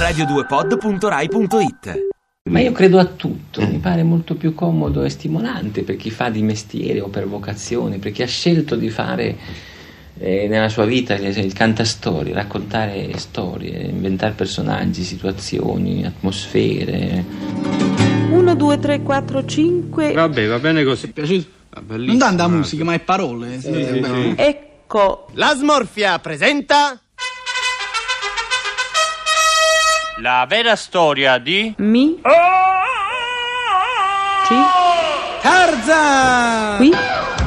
radio2pod.rai.it. Ma io credo a tutto, mi pare molto più comodo e stimolante per chi fa di mestiere o per vocazione, per chi ha scelto di fare nella sua vita il cantastorie, raccontare storie, inventare personaggi, situazioni, atmosfere. 1, 2, 3, 4, 5. Vabbè, va bene così. Piaciuto? Non tanta musica, ma è parole. Sì. Ecco. La Smorfia presenta la vera storia di Mi. Ci. Tarzan! Qui.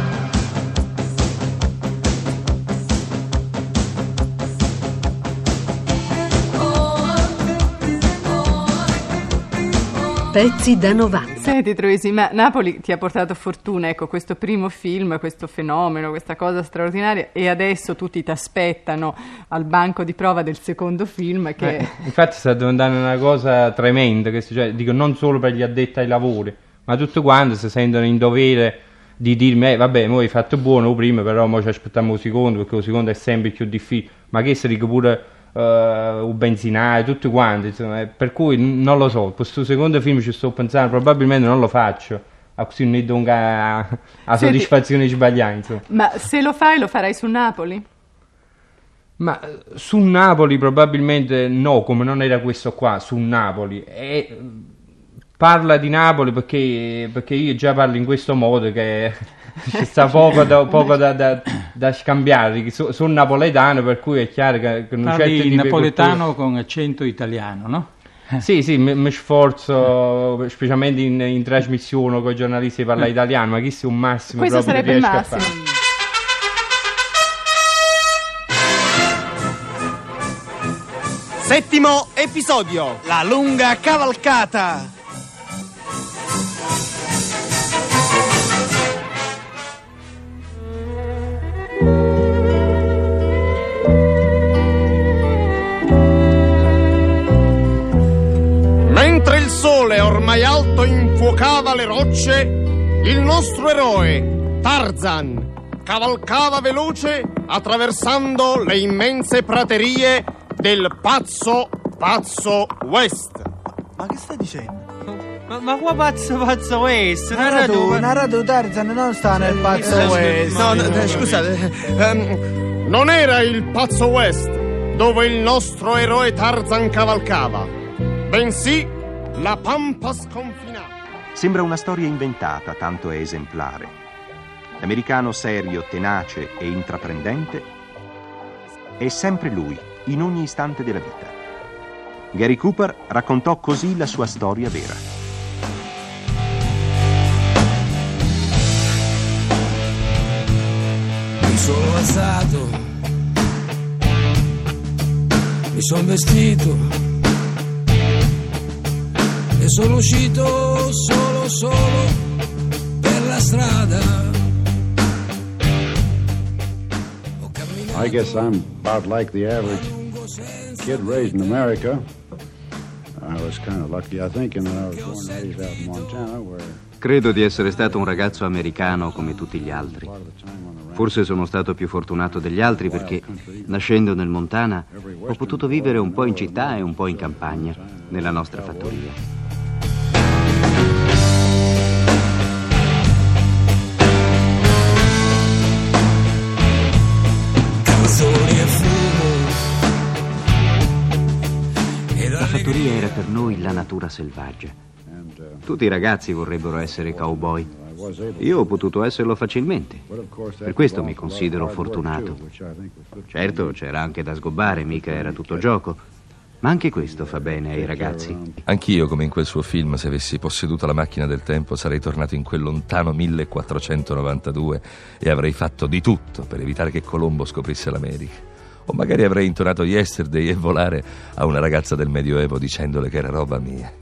Pezzi da 90. Senti Troisi, ma Napoli ti ha portato fortuna, ecco, questo primo film, questo fenomeno, questa cosa straordinaria, e adesso tutti ti aspettano al banco di prova del secondo film che... Infatti sta diventando una cosa tremenda, che cioè, dico, non solo per gli addetti ai lavori, ma tutti quanti si sentono in dovere di dirmi vabbè, mo hai fatto buono prima, però mo ci aspettiamo il secondo, perché il secondo è sempre più difficile, ma che si dica pure... un benzinaio, tutti quanti, insomma, per cui non lo so, questo secondo film ci sto pensando, probabilmente non lo faccio, così non do a soddisfazione sbagliata, insomma. Ma se lo fai, lo farai su Napoli? Ma su Napoli probabilmente no, come non era questo qua, su Napoli, e parla di Napoli perché io già parlo in questo modo che ci sta poco da scambiare. Sono napoletano, per cui è chiaro che non c'è parli napoletano con accento italiano, no? Sì, mi sforzo, specialmente in trasmissione con i giornalisti, parla italiano, ma questo è un massimo. Questo proprio sarebbe il massimo. settimo episodio, La lunga cavalcata. Mentre il sole ormai alto infuocava le rocce, il nostro eroe, Tarzan, cavalcava veloce attraversando le immense praterie del pazzo West. Ma che stai dicendo? ma qua pazzo West? Narra tu, Tarzan non sta nel pazzo West. No, scusate, non era il pazzo West dove il nostro eroe Tarzan cavalcava, bensì la pampa sconfinata. Sembra una storia inventata, tanto è esemplare. L'americano serio, tenace e intraprendente è sempre lui, in ogni istante della vita. Gary Cooper raccontò così la sua storia vera. Mi sono alzato, mi sono vestito e sono uscito solo per la strada. I guess I'm about like the average kid raised in America. I was kind of lucky, I think, in that I was born and raised out in Montana, where... Credo di essere stato un ragazzo americano come tutti gli altri. Forse sono stato più fortunato degli altri perché, nascendo nel Montana, ho potuto vivere un po' in città e un po' in campagna, nella nostra fattoria. La fattoria era per noi la natura selvaggia. Tutti i ragazzi vorrebbero essere cowboy. Io ho potuto esserlo facilmente. Per questo mi considero fortunato. Certo, c'era anche da sgobbare, mica era tutto gioco. Ma anche questo fa bene ai ragazzi. Anch'io, come in quel suo film, se avessi posseduto la macchina del tempo, sarei tornato in quel lontano 1492 e avrei fatto di tutto per evitare che Colombo scoprisse l'America. O magari avrei intonato Yesterday e volare a una ragazza del Medioevo dicendole che era roba mia.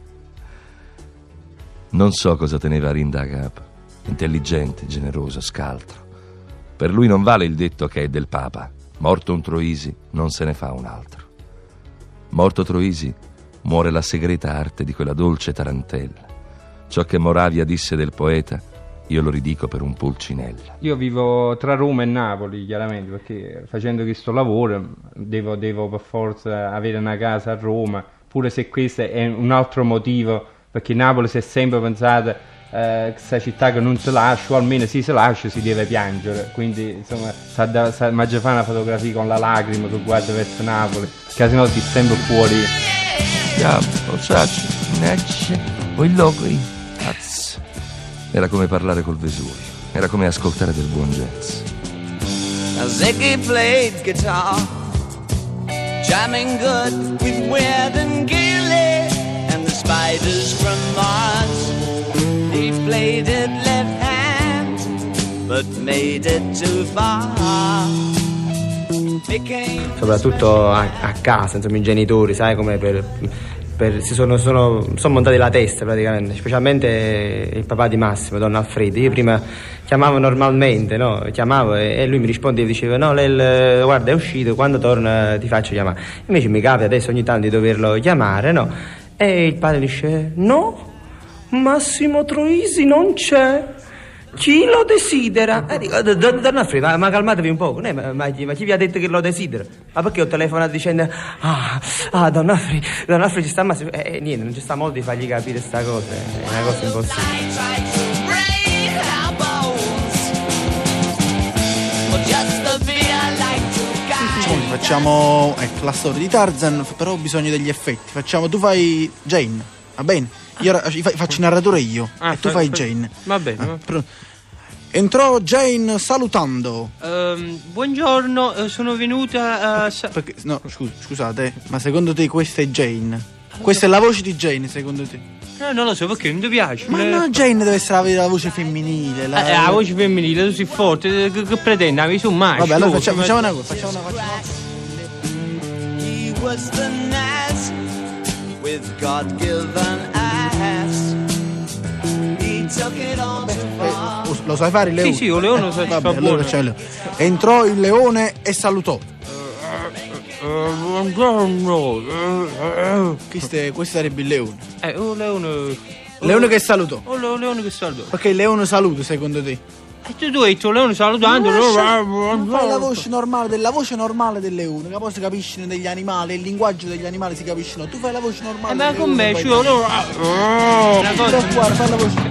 Non so cosa teneva Rinda a capo. Intelligente, generoso, scaltro. Per lui non vale il detto che è del Papa: morto un Troisi, non se ne fa un altro. Morto Troisi, muore la segreta arte di quella dolce tarantella. Ciò che Moravia disse del poeta, io lo ridico per un Pulcinella. Io vivo tra Roma e Napoli, chiaramente, perché facendo questo lavoro devo per forza avere una casa a Roma, pure se questo è un altro motivo, perché Napoli si è sempre pensata questa città che non si lascia, o almeno se si lascia si deve piangere, quindi insomma ma già fa una fotografia con la lacrima che guarda verso Napoli, perché sennò si sempre fuori. Era come parlare col Vesuvio, era come ascoltare del buon jazz. Ziggy played guitar, jamming good with Weird and Gilly and the Spiders from Mars. He played it left hand, but made it too far. Soprattutto a casa, insomma, i genitori, sai, come si sono montati la testa praticamente, specialmente il papà di Massimo, Don Alfredo. Io prima chiamavo normalmente, no? Chiamavo e lui mi rispondeva, diceva no, lei guarda è uscito, quando torna ti faccio chiamare. Invece mi capita adesso ogni tanto di doverlo chiamare, no? E il padre dice no, Massimo Troisi non c'è, chi lo desidera? E dico, Don Alfredo, ma calmatevi un poco, ma chi vi ha detto che lo desidera? Ma perché ho telefonato dicendo Don Alfredo ci sta Massimo, niente, non ci sta molto di fargli capire sta cosa, è una cosa impossibile. Facciamo la storia di Tarzan, però ho bisogno degli effetti. Tu fai Jane, va bene? Io faccio il narratore io e tu fai Jane. Va bene. Entrò Jane salutando. Buongiorno, sono venuta Perché, no, scusate, ma secondo te questa è Jane? Questa è la voce di Jane, secondo te? Non lo so, perché non ti piace? Ma no, Jane deve essere la voce femminile. La voce femminile, tu sei forte, che pretendi? Avevi su mai? Vabbè, allora facciamo una cosa. He was the Nas with God-given ass. He took it all too far. Lo sai fare il leone? Sì, il leone lo sai fare. Allora entrò il leone e salutò. Questo sarebbe il leone. Un leone che salutò. Leone che salutò. Perché il leone saluta secondo te? E tu hai detto leone salutando. Fai la voce normale del leone, che poi si capiscono degli animali, il linguaggio degli animali si capiscono. Tu fai la voce normale. Ma con me ci vuole. Fai la voce.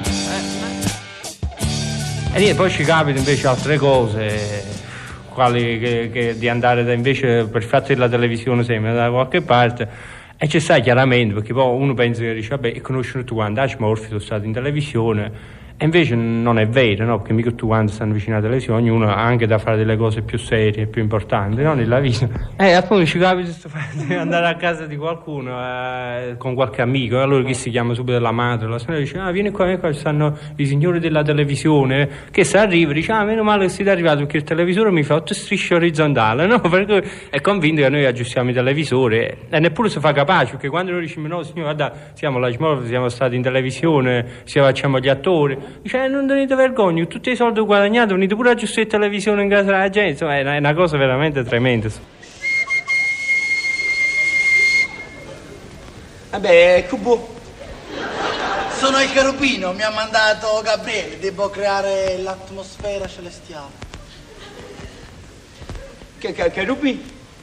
E poi ci capita invece altre cose, quali che di andare invece per il fatto della televisione sempre da qualche parte, e ci sta chiaramente, perché poi uno pensa che dice vabbè, conoscono tu quando Morfi sono stato in televisione, e invece non è vero, no? Perché mica tu quando stanno vicino alla televisione ognuno ha anche da fare delle cose più serie, più importanti, no? Nella vita. Appunto ci capita di andare a casa di qualcuno con qualche amico, allora chi si chiama subito la madre, la signora dice vieni qua, ci stanno i signori della televisione, che se arriva dice meno male che siete arrivati, perché il televisore mi fa 8 strisce orizzontali, no? Perché è convinto che noi aggiustiamo i televisori e neppure si fa capace, perché quando noi diciamo no signore guarda siamo la Smorfia, siamo stati in televisione, facciamo gli attori, dice non tenete vergogna, tutti i soldi guadagnati venite pure a aggiustare televisione in casa della gente, insomma è una cosa veramente tremenda. Vabbè, Cubo. Sono il Cherubino, mi ha mandato Gabriele, devo creare l'atmosfera celestiale. Che Cherubino?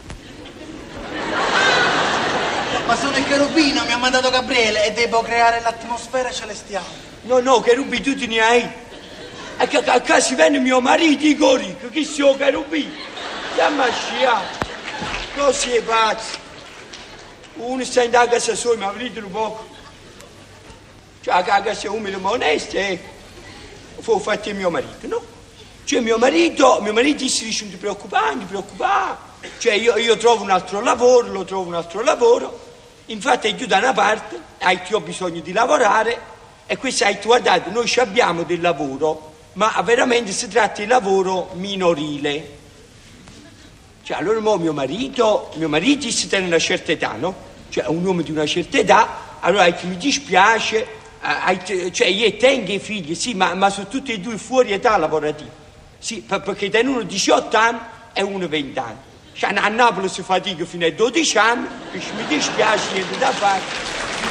Ma sono il Cherubino, mi ha mandato Gabriele e devo creare l'atmosfera celestiale. No, Cherubino tu te ne hai. A casa viene mio marito Igori, che sia Cherubino. Chiama sciato. Non si è pazzo. Uno sta in casa sua, ma venite un poco. Cioè, a casa umile ma onesta, fu fatto mio marito, no? Cioè, mio marito si dice non ti preoccupare. Cioè, io trovo un altro lavoro, lo trovo un altro lavoro. Infatti, io da una parte, ho bisogno di lavorare, e questo hai tu guardate, noi abbiamo del lavoro, ma veramente si tratta di lavoro minorile. Cioè, allora mio marito si tiene una certa età, no? Cioè, un uomo di una certa età, allora mi dispiace, cioè io tengo i figli, sì, ma sono tutti e due fuori età lavorativa. Sì, perché te uno 18 anni e uno 20 anni. Cioè, a Napoli si fatica fino ai 12 anni, mi dispiace, niente da fare.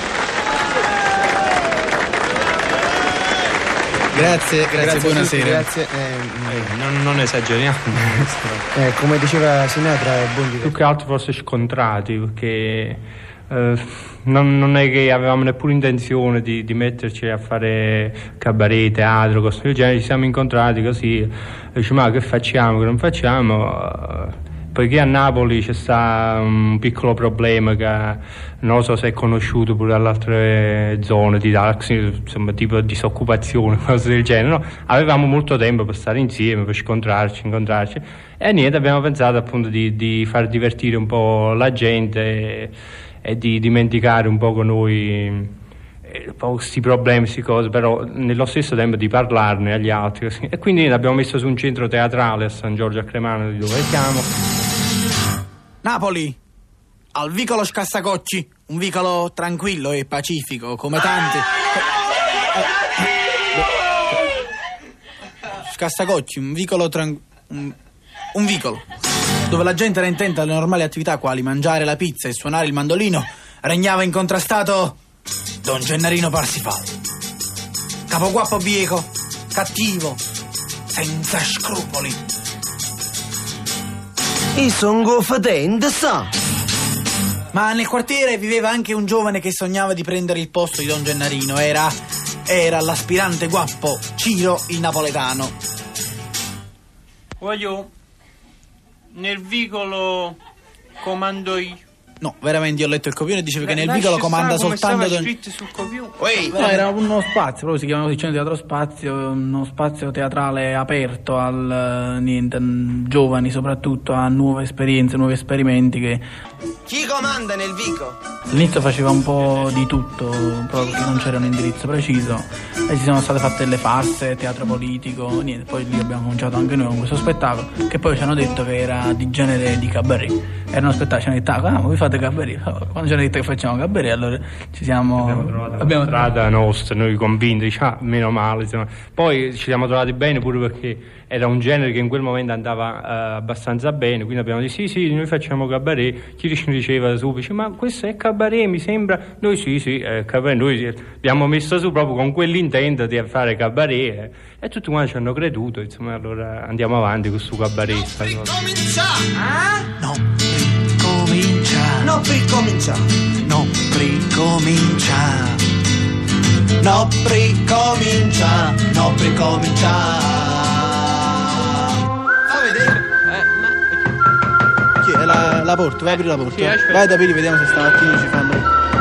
Grazie, buonasera. Grazie. Non esageriamo. Come diceva Sinatra, buon più che altro forse scontrati, perché non è che avevamo neppure intenzione di metterci a fare cabaret, teatro, cose del genere. Ci siamo incontrati così, diciamo, ma che facciamo, che non facciamo? Poiché a Napoli c'è sta un piccolo problema che non so se è conosciuto pure dalle altre zone di taxi, insomma, tipo disoccupazione, cose del genere, no? Avevamo molto tempo per stare insieme, per incontrarci e niente, abbiamo pensato appunto di far divertire un po' la gente e di dimenticare un po' con noi un po' questi problemi, queste cose, però nello stesso tempo di parlarne agli altri, così. E quindi l'abbiamo messo su un centro teatrale a San Giorgio a Cremano, di dove siamo. Napoli, al vicolo Scassacocci, un vicolo tranquillo e pacifico come tanti. Scassacocci, un vicolo un vicolo dove la gente era intenta alle normali attività quali mangiare la pizza e suonare il mandolino. Regnava incontrastato Don Gennarino Parsifal, capoguappo bieco, cattivo, senza scrupoli. E son gofadente, sa. Ma nel quartiere viveva anche un giovane che sognava di prendere il posto di Don Gennarino. Era l'aspirante guappo Ciro il Napoletano. Voglio, nel vicolo comando io. No, veramente io ho letto il copione e diceva che nel vicolo comanda soltanto Don... sul copione. No, era uno spazio, proprio si chiamava Centro Teatro Spazio, uno spazio teatrale aperto al giovani, soprattutto a nuove esperienze, nuovi esperimenti che... Chi comanda nel vico? All'inizio faceva un po' di tutto, proprio perché non c'era un indirizzo preciso e ci sono state fatte delle farse, teatro politico, niente, poi lì abbiamo cominciato anche noi con questo spettacolo che poi ci hanno detto che era di genere di cabaret. Era uno spettacolo, ci hanno detto, voi fate cabaret? Quando ci hanno detto che facciamo cabaret, allora ci siamo... Abbiamo trovato la strada nostra, noi convinti, diciamo, meno male, insomma. Poi ci siamo trovati bene pure perché era un genere che in quel momento andava abbastanza bene, quindi abbiamo detto sì, noi facciamo cabaret. Chi ci diceva subito, ma questo è cabaret, mi sembra. Noi sì, cabaret. Noi abbiamo messo su proprio con quell'intento di fare cabaret e tutti quanti ci hanno creduto, insomma, allora andiamo avanti con questo cabaret. No, ricomincia. No, ricomincia. No, ricomincia. No, ricomincia. No, ricomincia. La porta, vai a aprire la porta. Vai ad aprire, vediamo se stamattina ci fanno.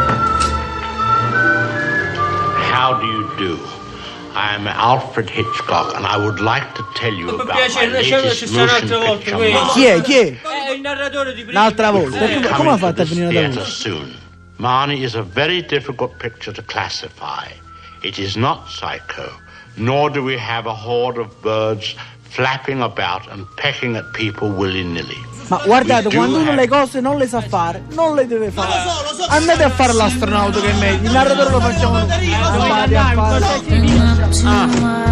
How do you do? I'm Alfred Hitchcock and I would like to tell you about my latest motion picture. Chi è? Il narratore di prima. L'altra volta. Come ha fatto a venire da voi? Soon. Marnie is a very difficult picture to classify. It is not psycho, nor do we have a horde of birds flapping about and pecking at people willy-nilly. Ma guardate, quando uno le cose non le sa fare, non le deve fare. Andate a fare l'astronauta che è meglio. Il narratore lo facciamo noi. Andate a fare.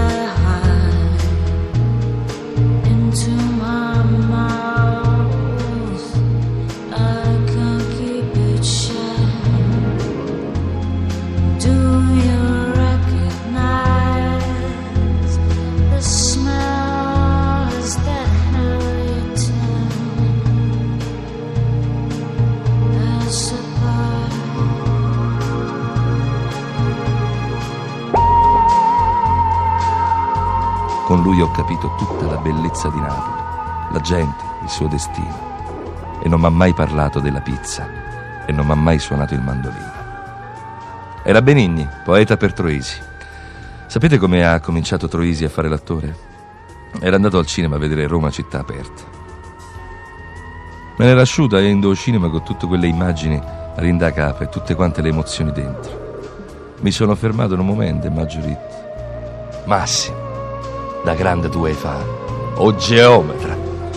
Con lui ho capito tutta la bellezza di Napoli, la gente, il suo destino. E non mi ha mai parlato della pizza e non mi ha mai suonato il mandolino. Era Benigni, poeta per Troisi. Sapete come ha cominciato Troisi a fare l'attore? Era andato al cinema a vedere Roma città aperta. Me l'era asciuta e andò al cinema con tutte quelle immagini rinda capo e tutte quante le emozioni dentro. Mi sono fermato in un momento e mi ha giurato: Massimo, da grande tu hai fatto, o geometra.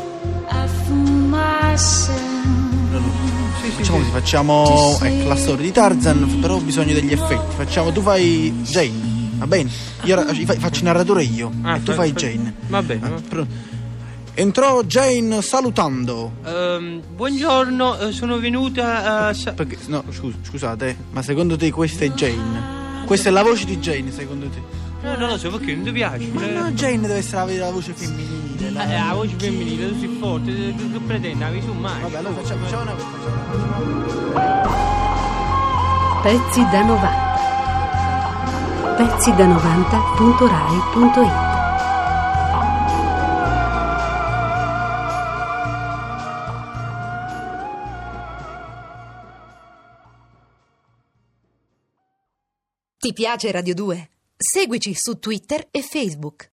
Facciamo la storia di Tarzan, però ho bisogno degli effetti. Tu fai Jane, va bene? Io faccio il narratore io e tu fai Jane. Va bene. Entrò Jane salutando. Buongiorno, sono venuta a... Perché, no, scusate, ma secondo te questa è Jane? Questa è la voce di Jane, secondo te? No, non lo so, perché non ti piace? Ma no, Jane deve essere la voce femminile. La voce femminile, tu sei forte, che pretendi? Non su mai. Vabbè, allora facciamo una cosa. Pezzi da 90. Pezzi da 90.rai.it. Ti piace Radio 2? Seguici su Twitter e Facebook.